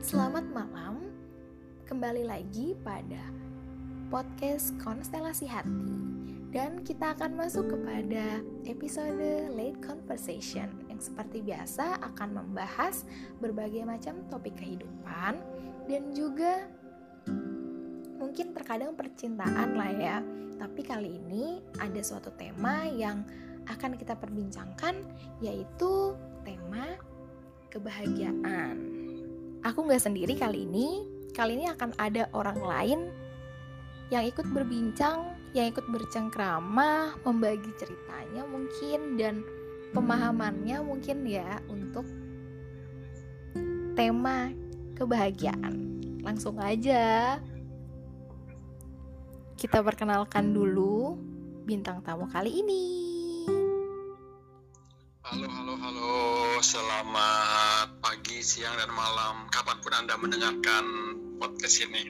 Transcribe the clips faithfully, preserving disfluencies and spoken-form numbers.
Selamat malam, kembali lagi pada podcast Konstelasi Hati. Dan kita akan masuk kepada episode Late Conversation yang seperti biasa akan membahas berbagai macam topik kehidupan dan juga mungkin terkadang percintaan lah ya. Tapi kali ini ada suatu tema yang akan kita perbincangkan, yaitu tema kebahagiaan. Aku gak sendiri kali ini. Kali ini akan ada orang lain yang ikut berbincang, yang ikut bercengkrama, membagi ceritanya mungkin dan pemahamannya mungkin ya untuk tema kebahagiaan. Langsung aja kita perkenalkan dulu bintang tamu kali ini. Halo, halo, halo. Selamat pagi, siang, dan malam. Kapanpun Anda mendengarkan podcast ini.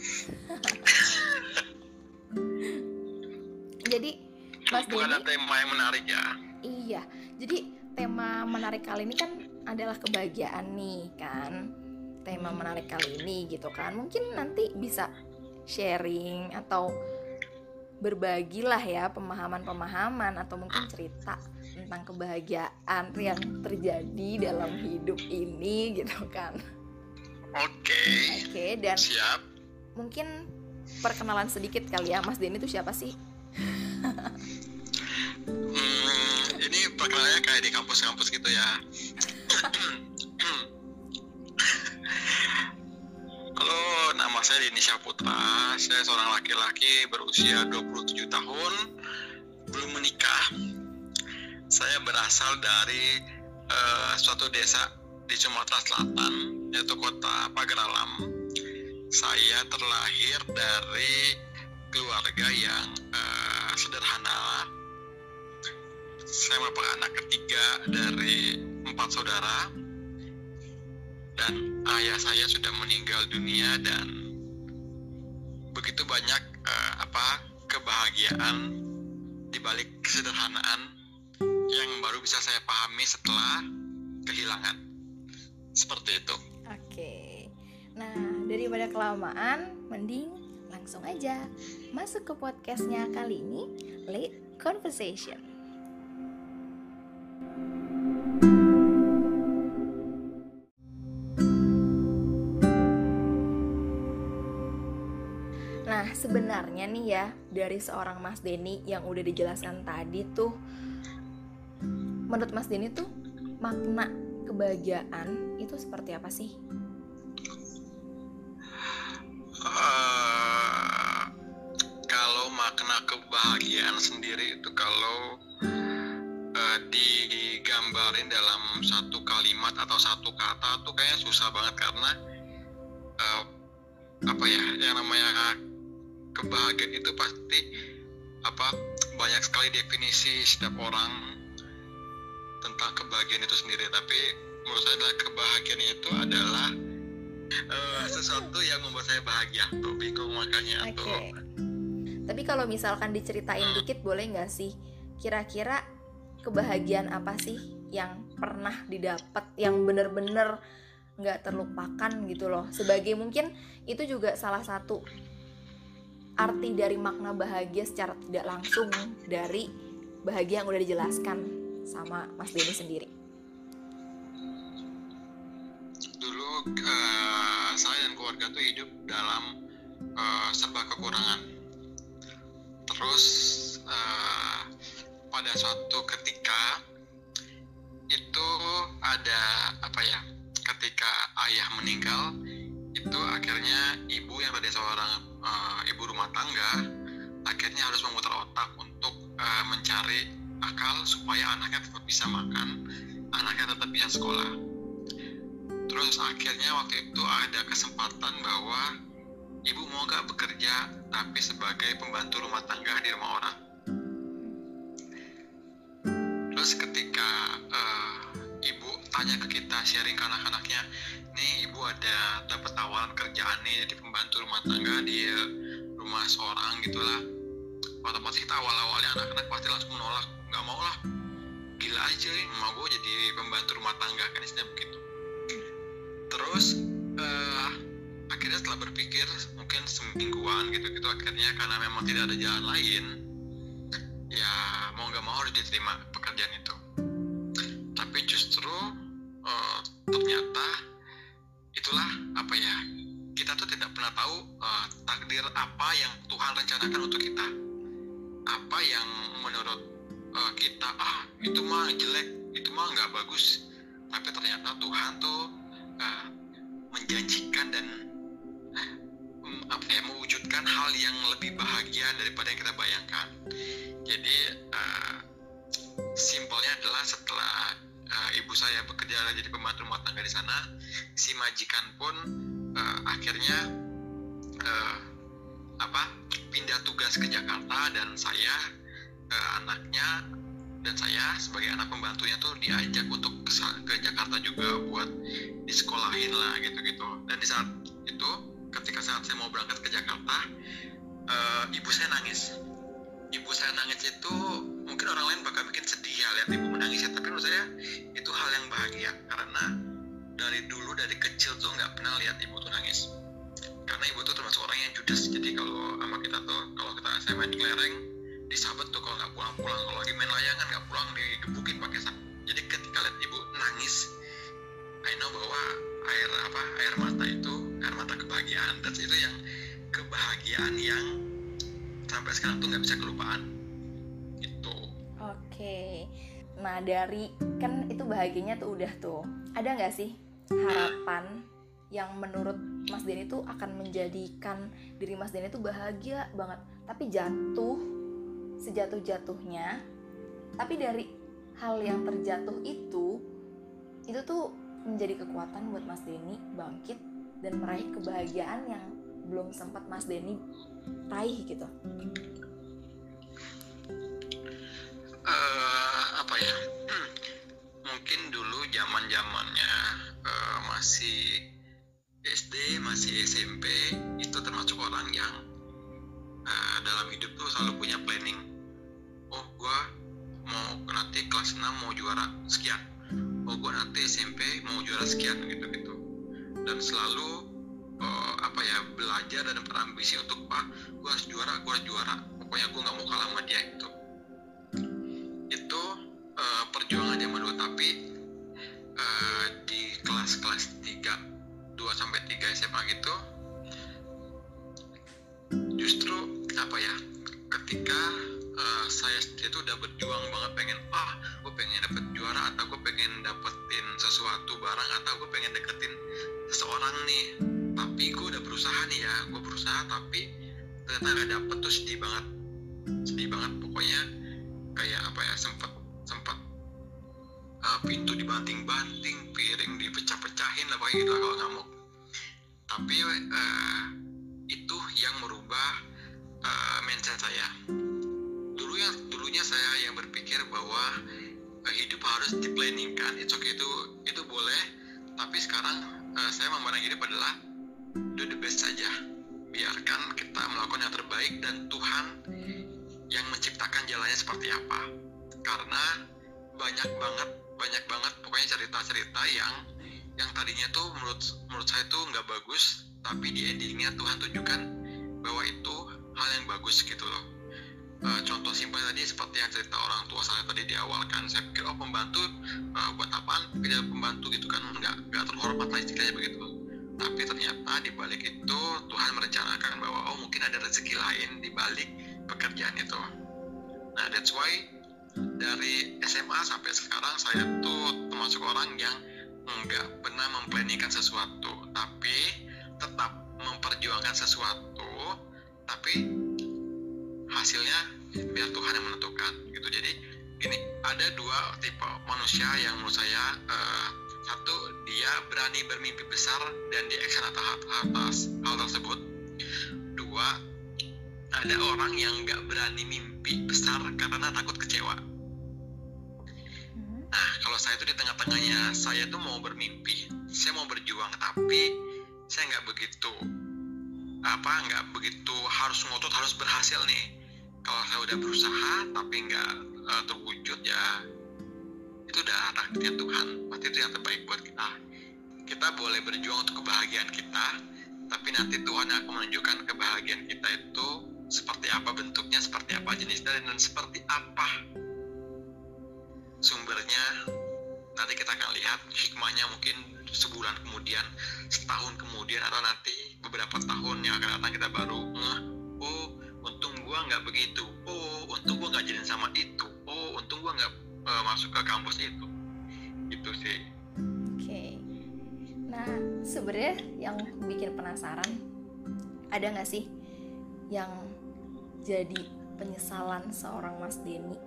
Jadi, Mas Bukan Denny, ada tema yang menarik ya. iya. Jadi tema menarik kali ini kan adalah kebahagiaan nih kan. Tema menarik kali ini gitu kan. Mungkin nanti bisa sharing atau berbagilah ya pemahaman-pemahaman atau mungkin cerita tentang kebahagiaan yang terjadi dalam hidup ini gitu kan. Oke. Oke, dan Siap. mungkin perkenalan sedikit kali ya, Mas Denny itu siapa sih? Hmm, ini perkenalannya kayak di kampus-kampus gitu ya. Halo, nama saya Denny Syaputra. Saya seorang laki-laki berusia dua puluh tujuh tahun, belum menikah. Saya berasal dari uh, suatu desa di Sumatera Selatan, yaitu kota Pagaralam. Saya terlahir dari keluarga yang uh, sederhana. Saya merupakan anak ketiga dari empat saudara, dan ayah saya sudah meninggal dunia, dan begitu banyak uh, apa kebahagiaan di balik kesederhanaan yang baru bisa saya pahami setelah kehilangan. Seperti itu. Oke. Nah, daripada kelamaan, mending langsung aja masuk ke podcastnya kali ini, Late Conversation. Nah, sebenarnya nih ya, dari seorang Mas Denny yang udah dijelaskan tadi tuh, menurut Mas Denny tuh makna kebahagiaan itu seperti apa sih? Uh, kalau makna kebahagiaan sendiri itu kalau uh, digambarin dalam satu kalimat atau satu kata tuh kayaknya susah banget, karena uh, apa ya, yang namanya kebahagiaan itu pasti apa banyak sekali definisi setiap orang tentang kebahagiaan itu sendiri. Tapi menurut saya adalah kebahagiaan itu adalah uh, sesuatu yang membuat saya bahagia. Tuh bingung makanya. Oke. Tuh. Tapi kalau misalkan diceritain dikit boleh nggak sih? Kira-kira kebahagiaan apa sih yang pernah didapat, yang bener-bener nggak terlupakan gitu loh? Sebagai mungkin itu juga salah satu arti dari makna bahagia secara tidak langsung dari bahagia yang udah dijelaskan sama Mas Denny sendiri. Dulu uh, saya dan keluarga tuh hidup dalam uh, serba kekurangan. Terus uh, pada suatu ketika itu ada apa ya? Ketika ayah meninggal, itu akhirnya ibu yang tadi seorang uh, ibu rumah tangga akhirnya harus memutar otak untuk uh, mencari akal supaya anaknya tetap bisa makan, anaknya tetap bisa sekolah. Terus akhirnya waktu itu ada kesempatan bahwa ibu mau gak bekerja tapi sebagai pembantu rumah tangga di rumah orang. Terus ketika uh, ibu tanya ke kita, sharing ke anak-anaknya, nih ibu ada dapat tawaran kerjaan nih jadi pembantu rumah tangga di rumah seorang gitulah. Otomatis kita awal-awalnya anak-anak pasti langsung menolak, nggak mau lah, gila aja nih, mau gue jadi pembantu rumah tangga kan, istilahnya begitu. Terus uh, setelah berpikir mungkin semingguan gitu-gitu, akhirnya karena memang tidak ada jalan lain, ya mau nggak mau harus diterima pekerjaan itu. Tapi justru uh, ternyata itulah apa ya, kita tuh tidak pernah tahu uh, takdir apa yang Tuhan rencanakan untuk kita, apa yang menurut uh, kita ah itu mah jelek, itu mah nggak bagus, tapi ternyata Tuhan tuh uh, menjanjikan dan um, apa ya, mewujudkan hal yang lebih bahagia daripada yang kita bayangkan. Jadi uh, simpelnya adalah setelah uh, ibu saya bekerja jadi pembantu rumah tangga di sana, si majikan pun uh, akhirnya uh, apa pindah tugas ke Jakarta, dan saya uh, anaknya dan saya sebagai anak pembantunya tuh diajak untuk ke, ke Jakarta juga buat disekolahin lah gitu-gitu. Dan di saat itu ketika saat saya mau berangkat ke Jakarta, uh, ibu saya nangis. Ibu saya nangis itu mungkin orang lain bakal bikin sedih ya lihat ibu menangis ya, tapi menurut saya itu hal yang bahagia, karena dari dulu dari kecil tuh nggak pernah lihat ibu tuh nangis. Karena ibu tuh termasuk orang yang judes, jadi kalau sama kita tuh, kalau kita saya main kelereng disabet tuh kalau nggak pulang-pulang, kalau lagi main layangan nggak pulang digebukin pakai sabet. Jadi ketika lihat ibu nangis, I know bahwa air apa air mata itu air mata kebahagiaan, dan itu yang kebahagiaan yang sampai sekarang tuh nggak bisa kelupaan gitu. Oke, nah dari kan itu bahagianya tuh udah tuh, ada nggak sih harapan yang menurut Mas Denny tuh akan menjadikan diri Mas Denny tuh bahagia banget, tapi jatuh sejatuh-jatuhnya, tapi dari hal yang terjatuh itu itu tuh menjadi kekuatan buat Mas Denny bangkit dan meraih kebahagiaan yang belum sempat Mas Denny raih gitu. Uh, apa ya? Hmm, mungkin dulu zaman-zamannya uh, masih S D, masih S M P, itu termasuk orang yang uh, dalam hidup tuh selalu punya planning. Oh, gua mau nanti kelas enam mau juara sekian. Oh, gua nanti S M P mau juara sekian gitu-gitu. Dan selalu Uh, apa ya belajar dan berambisi untuk ah gue harus juara, gue harus juara, pokoknya gue nggak mau kalah sama dia gitu. Itu uh, perjuangan zaman dulu, tapi uh, di kelas-kelas tiga, dua sampai tiga S M A gitu, justru apa ya, ketika uh, saya sendiri tuh udah berjuang banget pengen ah gue pengen dapet juara, atau gue pengen dapetin sesuatu barang, atau gue pengen deketin seseorang nih, tapi gue udah berusaha nih ya, gue berusaha tapi ternyata gak dapet, tuh sedih banget, sedih banget pokoknya, kayak apa ya, sempet sempet uh, pintu dibanting-banting, piring dipecah-pecahin lah pokoknya gitu lah kalau ngamuk. Tapi uh, itu yang merubah uh, mindset saya. Dulu yang dulunya saya yang berpikir bahwa uh, hidup harus diplanningkan, it's okay, itu itu boleh, tapi sekarang uh, saya memandang hidup adalah do the best saja, biarkan kita melakukan yang terbaik dan Tuhan yang menciptakan jalannya seperti apa. Karena banyak banget banyak banget pokoknya cerita-cerita yang yang tadinya tuh menurut menurut saya tuh nggak bagus, tapi di endingnya Tuhan tunjukkan bahwa itu hal yang bagus gitu loh. Uh, contoh simpel tadi seperti yang cerita orang tua saya tadi di awal kan, saya pikir oh pembantu uh, buat apaan kerja pembantu gitu kan, nggak nggak terhormat lah istilahnya begitu. Tapi ternyata di balik itu Tuhan merencanakan bahwa oh mungkin ada rezeki lain di balik pekerjaan itu. Nah that's why dari S M A sampai sekarang saya tuh termasuk orang yang nggak pernah memplanningkan sesuatu, tapi tetap memperjuangkan sesuatu, tapi hasilnya biar Tuhan yang menentukan gitu. Jadi ini ada dua tipe manusia yang menurut saya uh, satu, dia berani bermimpi besar dan dia action atas hal tersebut. Dua, ada orang yang gak berani mimpi besar karena takut kecewa. Nah, kalau saya itu di tengah-tengahnya, saya tuh mau bermimpi, saya mau berjuang, tapi saya gak begitu apa, gak begitu harus ngotot, harus berhasil nih. Kalau saya udah berusaha tapi gak uh, terwujud, ya itu udah takdirnya Tuhan, pasti itu yang terbaik buat kita. Kita boleh berjuang untuk kebahagiaan kita, tapi nanti Tuhan yang akan menunjukkan kebahagiaan kita itu seperti apa bentuknya, seperti apa jenisnya, dan seperti apa sumbernya. Nanti kita akan lihat hikmahnya mungkin sebulan kemudian, setahun kemudian, atau nanti beberapa tahun yang akan datang kita baru ngeh, oh untung gua nggak begitu, oh untung gua nggak jadian sama itu, oh untung gua nggak uh, masuk ke kampus itu. Itu sih. Oke. Okay. Nah sebenarnya yang bikin penasaran, ada nggak sih yang jadi penyesalan seorang Mas Denny?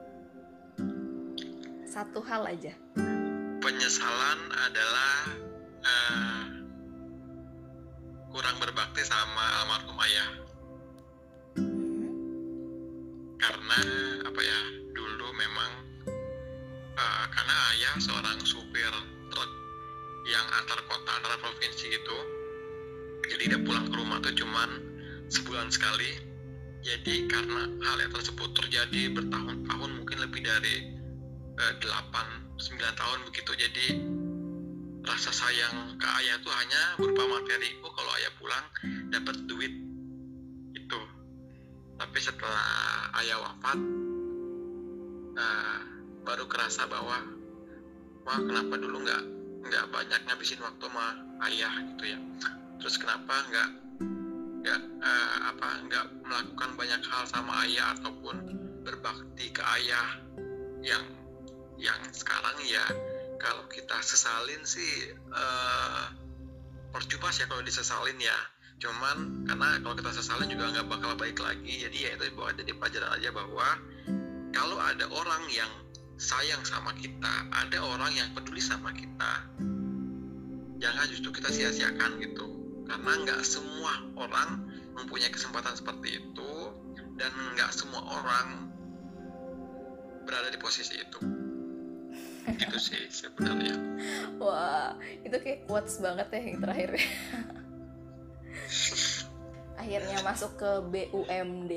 Satu hal aja. Penyesalan adalah uh, kurang berbakti sama almarhum ayah. Hmm. Karena apa ya, dulu memang uh, karena ayah seorang supir truk yang antar kota, antar provinsi gitu. Jadi dia pulang ke rumah tuh cuman sebulan sekali. Jadi karena hal yang tersebut terjadi bertahun-tahun, mungkin lebih dari delapan sembilan tahun begitu. Jadi rasa sayang ke ayah itu hanya berupa materi. Oh kalau ayah pulang dapat duit itu. Tapi setelah ayah wafat, uh, baru kerasa bahwa wah kenapa dulu nggak nggak banyak ngabisin waktu sama ayah gitu ya. Terus kenapa nggak nggak uh, apa nggak melakukan banyak hal sama ayah ataupun berbakti ke ayah yang yang sekarang ya kalau kita sesalin sih uh, percuma sih ya kalau disesalin ya. Cuman karena kalau kita sesalin juga nggak bakal baik lagi. Jadi ya itu buat jadi pelajaran aja bahwa kalau ada orang yang sayang sama kita, ada orang yang peduli sama kita, jangan justru kita sia-siakan gitu. Karena nggak semua orang mempunyai kesempatan seperti itu, dan nggak semua orang berada di posisi itu. Gitu sih sebenarnya. Wah, itu kayak quotes banget ya yang terakhir. Akhirnya masuk ke B U M D.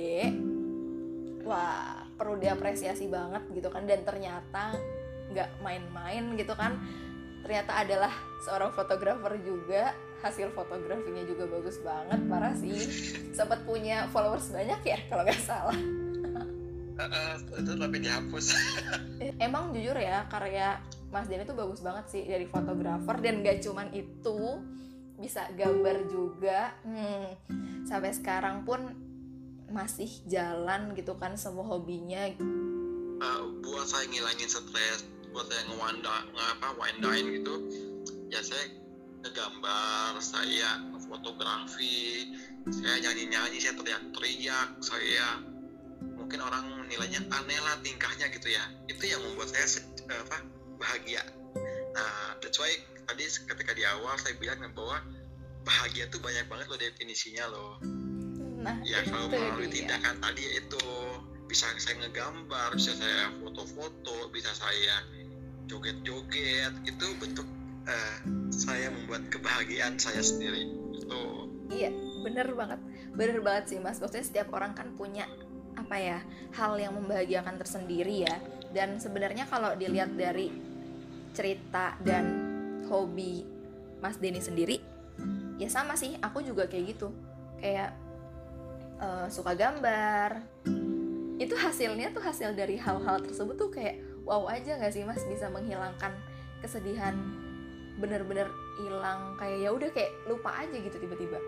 Wah, perlu diapresiasi banget gitu kan. Dan ternyata gak main-main gitu kan. Ternyata adalah seorang fotografer juga. Hasil fotografinya juga bagus banget, parah sih. Sempat punya followers banyak ya kalau gak salah. Uh, itu tapi dihapus. Emang jujur ya, karya Mas Denny tuh bagus banget sih dari fotografer. Dan gak cuman itu, bisa gambar juga. hmm, Sampai sekarang pun masih jalan gitu kan semua hobinya. uh, Buat saya ngilangin stres, buat saya ngewanda, ngapa windain gitu, ya saya ngegambar, saya fotografi, saya nyanyi-nyanyi, saya teriak-teriak, saya mungkin orang nilainya aneh lah tingkahnya gitu ya. Itu yang membuat saya uh, apa, bahagia. Nah, that's why tadi ketika di awal saya bilang bahwa bahagia tuh banyak banget loh definisinya loh. Nah, ya kalau itu melalui dia. tindakan tadi itu bisa saya ngegambar, bisa saya foto-foto, bisa saya joget-joget. Itu bentuk uh, saya membuat kebahagiaan saya sendiri. Itu. Iya, bener banget, bener banget sih Mas. Maksudnya setiap orang kan punya apa ya, hal yang membahagiakan tersendiri ya. Dan sebenarnya kalau dilihat dari cerita dan hobi Mas Denny sendiri, ya sama sih, aku juga kayak gitu. Kayak uh, suka gambar. Itu hasilnya tuh hasil dari hal-hal tersebut tuh kayak wow aja nggak sih Mas, bisa menghilangkan kesedihan, bener-bener hilang, kayak ya udah kayak lupa aja gitu tiba-tiba.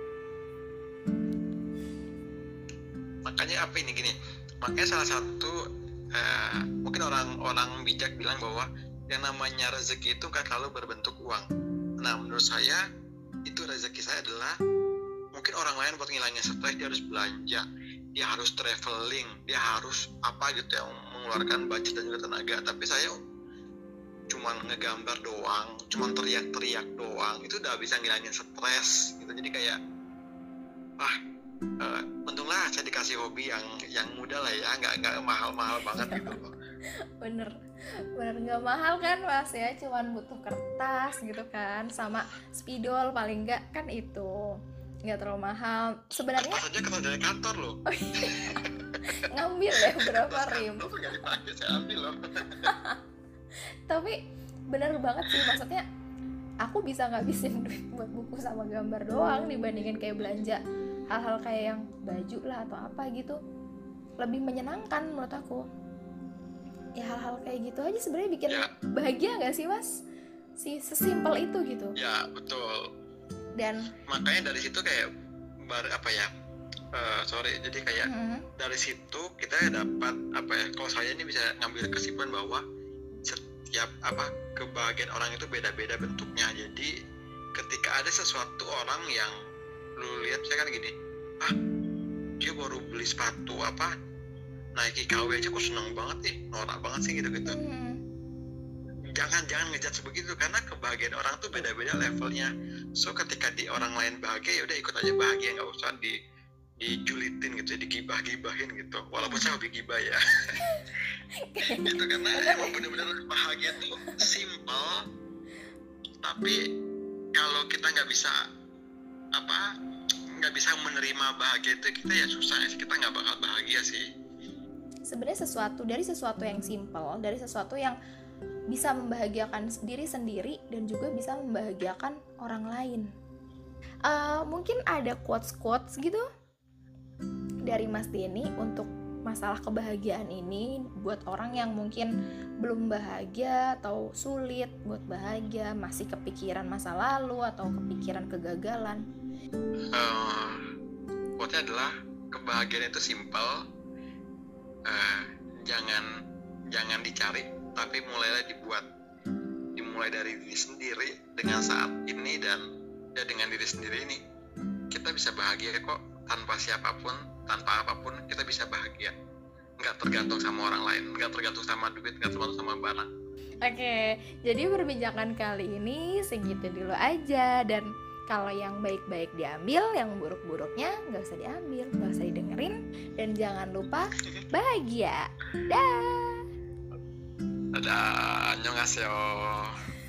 Makanya apa ini gini, makanya salah satu uh, mungkin orang-orang bijak bilang bahwa yang namanya rezeki itu kan selalu berbentuk uang. Nah menurut saya itu rezeki saya adalah mungkin orang lain buat ngilangin stres dia harus belanja, dia harus traveling, dia harus apa gitu yang mengeluarkan budget dan juga tenaga. Tapi saya cuma ngegambar doang, cuma teriak-teriak doang, itu udah bisa ngilangin stres gitu. Jadi kayak wah, uh, untunglah saya dikasih hobi yang yang mudah lah ya, nggak nggak mahal-mahal banget gitu. Bener, bener nggak mahal kan Mas ya, cuman butuh kertas gitu kan, sama spidol paling nggak kan, itu nggak terlalu mahal sebenarnya. Kertas aja kertas dari kantor loh. Oh, iya. Ngambil ya berapa ribu. Nggak dipakai, saya ambil loh. Tapi bener banget sih, maksudnya aku bisa ngabisin duit buat buku sama gambar doang dibandingin kayak belanja hal-hal kayak yang baju lah atau apa gitu. Lebih menyenangkan menurut aku. Ya hal-hal kayak gitu aja sebenarnya bikin ya. Bahagia nggak sih Mas? Si sesimpel itu gitu. Ya betul. Dan makanya dari situ kayak bar apa ya? Uh, sorry, jadi kayak mm-hmm. dari situ kita dapat apa ya? Kalau saya ini bisa ngambil kesimpulan bahwa setiap apa kebahagiaan orang itu beda-beda bentuknya. Jadi ketika ada sesuatu orang yang lu lihat misalkan gini, ah dia baru beli sepatu apa Nike K W aja kok seneng banget nih, norak banget sih gitu-gitu. Hmm. Jangan jangan ngejudge begitu karena kebahagiaan orang tuh beda-beda levelnya. So ketika di orang lain bahagia ya udah ikut aja bahagia, nggak usah di dijulitin gitu, digibah-gibahin gitu. Walaupun saya hobi gibah ya. Itu karena emang benar-benar bahagia tuh simple. Tapi kalau kita nggak bisa apa nggak bisa menerima bahagia itu kita ya susah sih, kita nggak bakal bahagia sih. Sebenarnya sesuatu dari sesuatu yang simple, dari sesuatu yang bisa membahagiakan diri sendiri dan juga bisa membahagiakan orang lain. Uh, mungkin ada quotes-quotes gitu dari Mas Denny untuk masalah kebahagiaan ini buat orang yang mungkin belum bahagia atau sulit buat bahagia, masih kepikiran masa lalu atau kepikiran kegagalan. Uh, quote-nya adalah kebahagiaan itu simple. Uh, jangan jangan dicari tapi mulailah dibuat, dimulai dari diri sendiri dengan saat ini dan ya dengan diri sendiri ini kita bisa bahagia kok, tanpa siapapun, tanpa apapun kita bisa bahagia, nggak tergantung sama orang lain, nggak tergantung sama duit, nggak tergantung sama barang. Oke, jadi perbincangan kali ini segitu dulu aja, dan kalau yang baik-baik diambil, yang buruk-buruknya nggak usah diambil, nggak usah didengerin, dan jangan lupa bahagia. Dah. Dadah, annyeonghaseyo.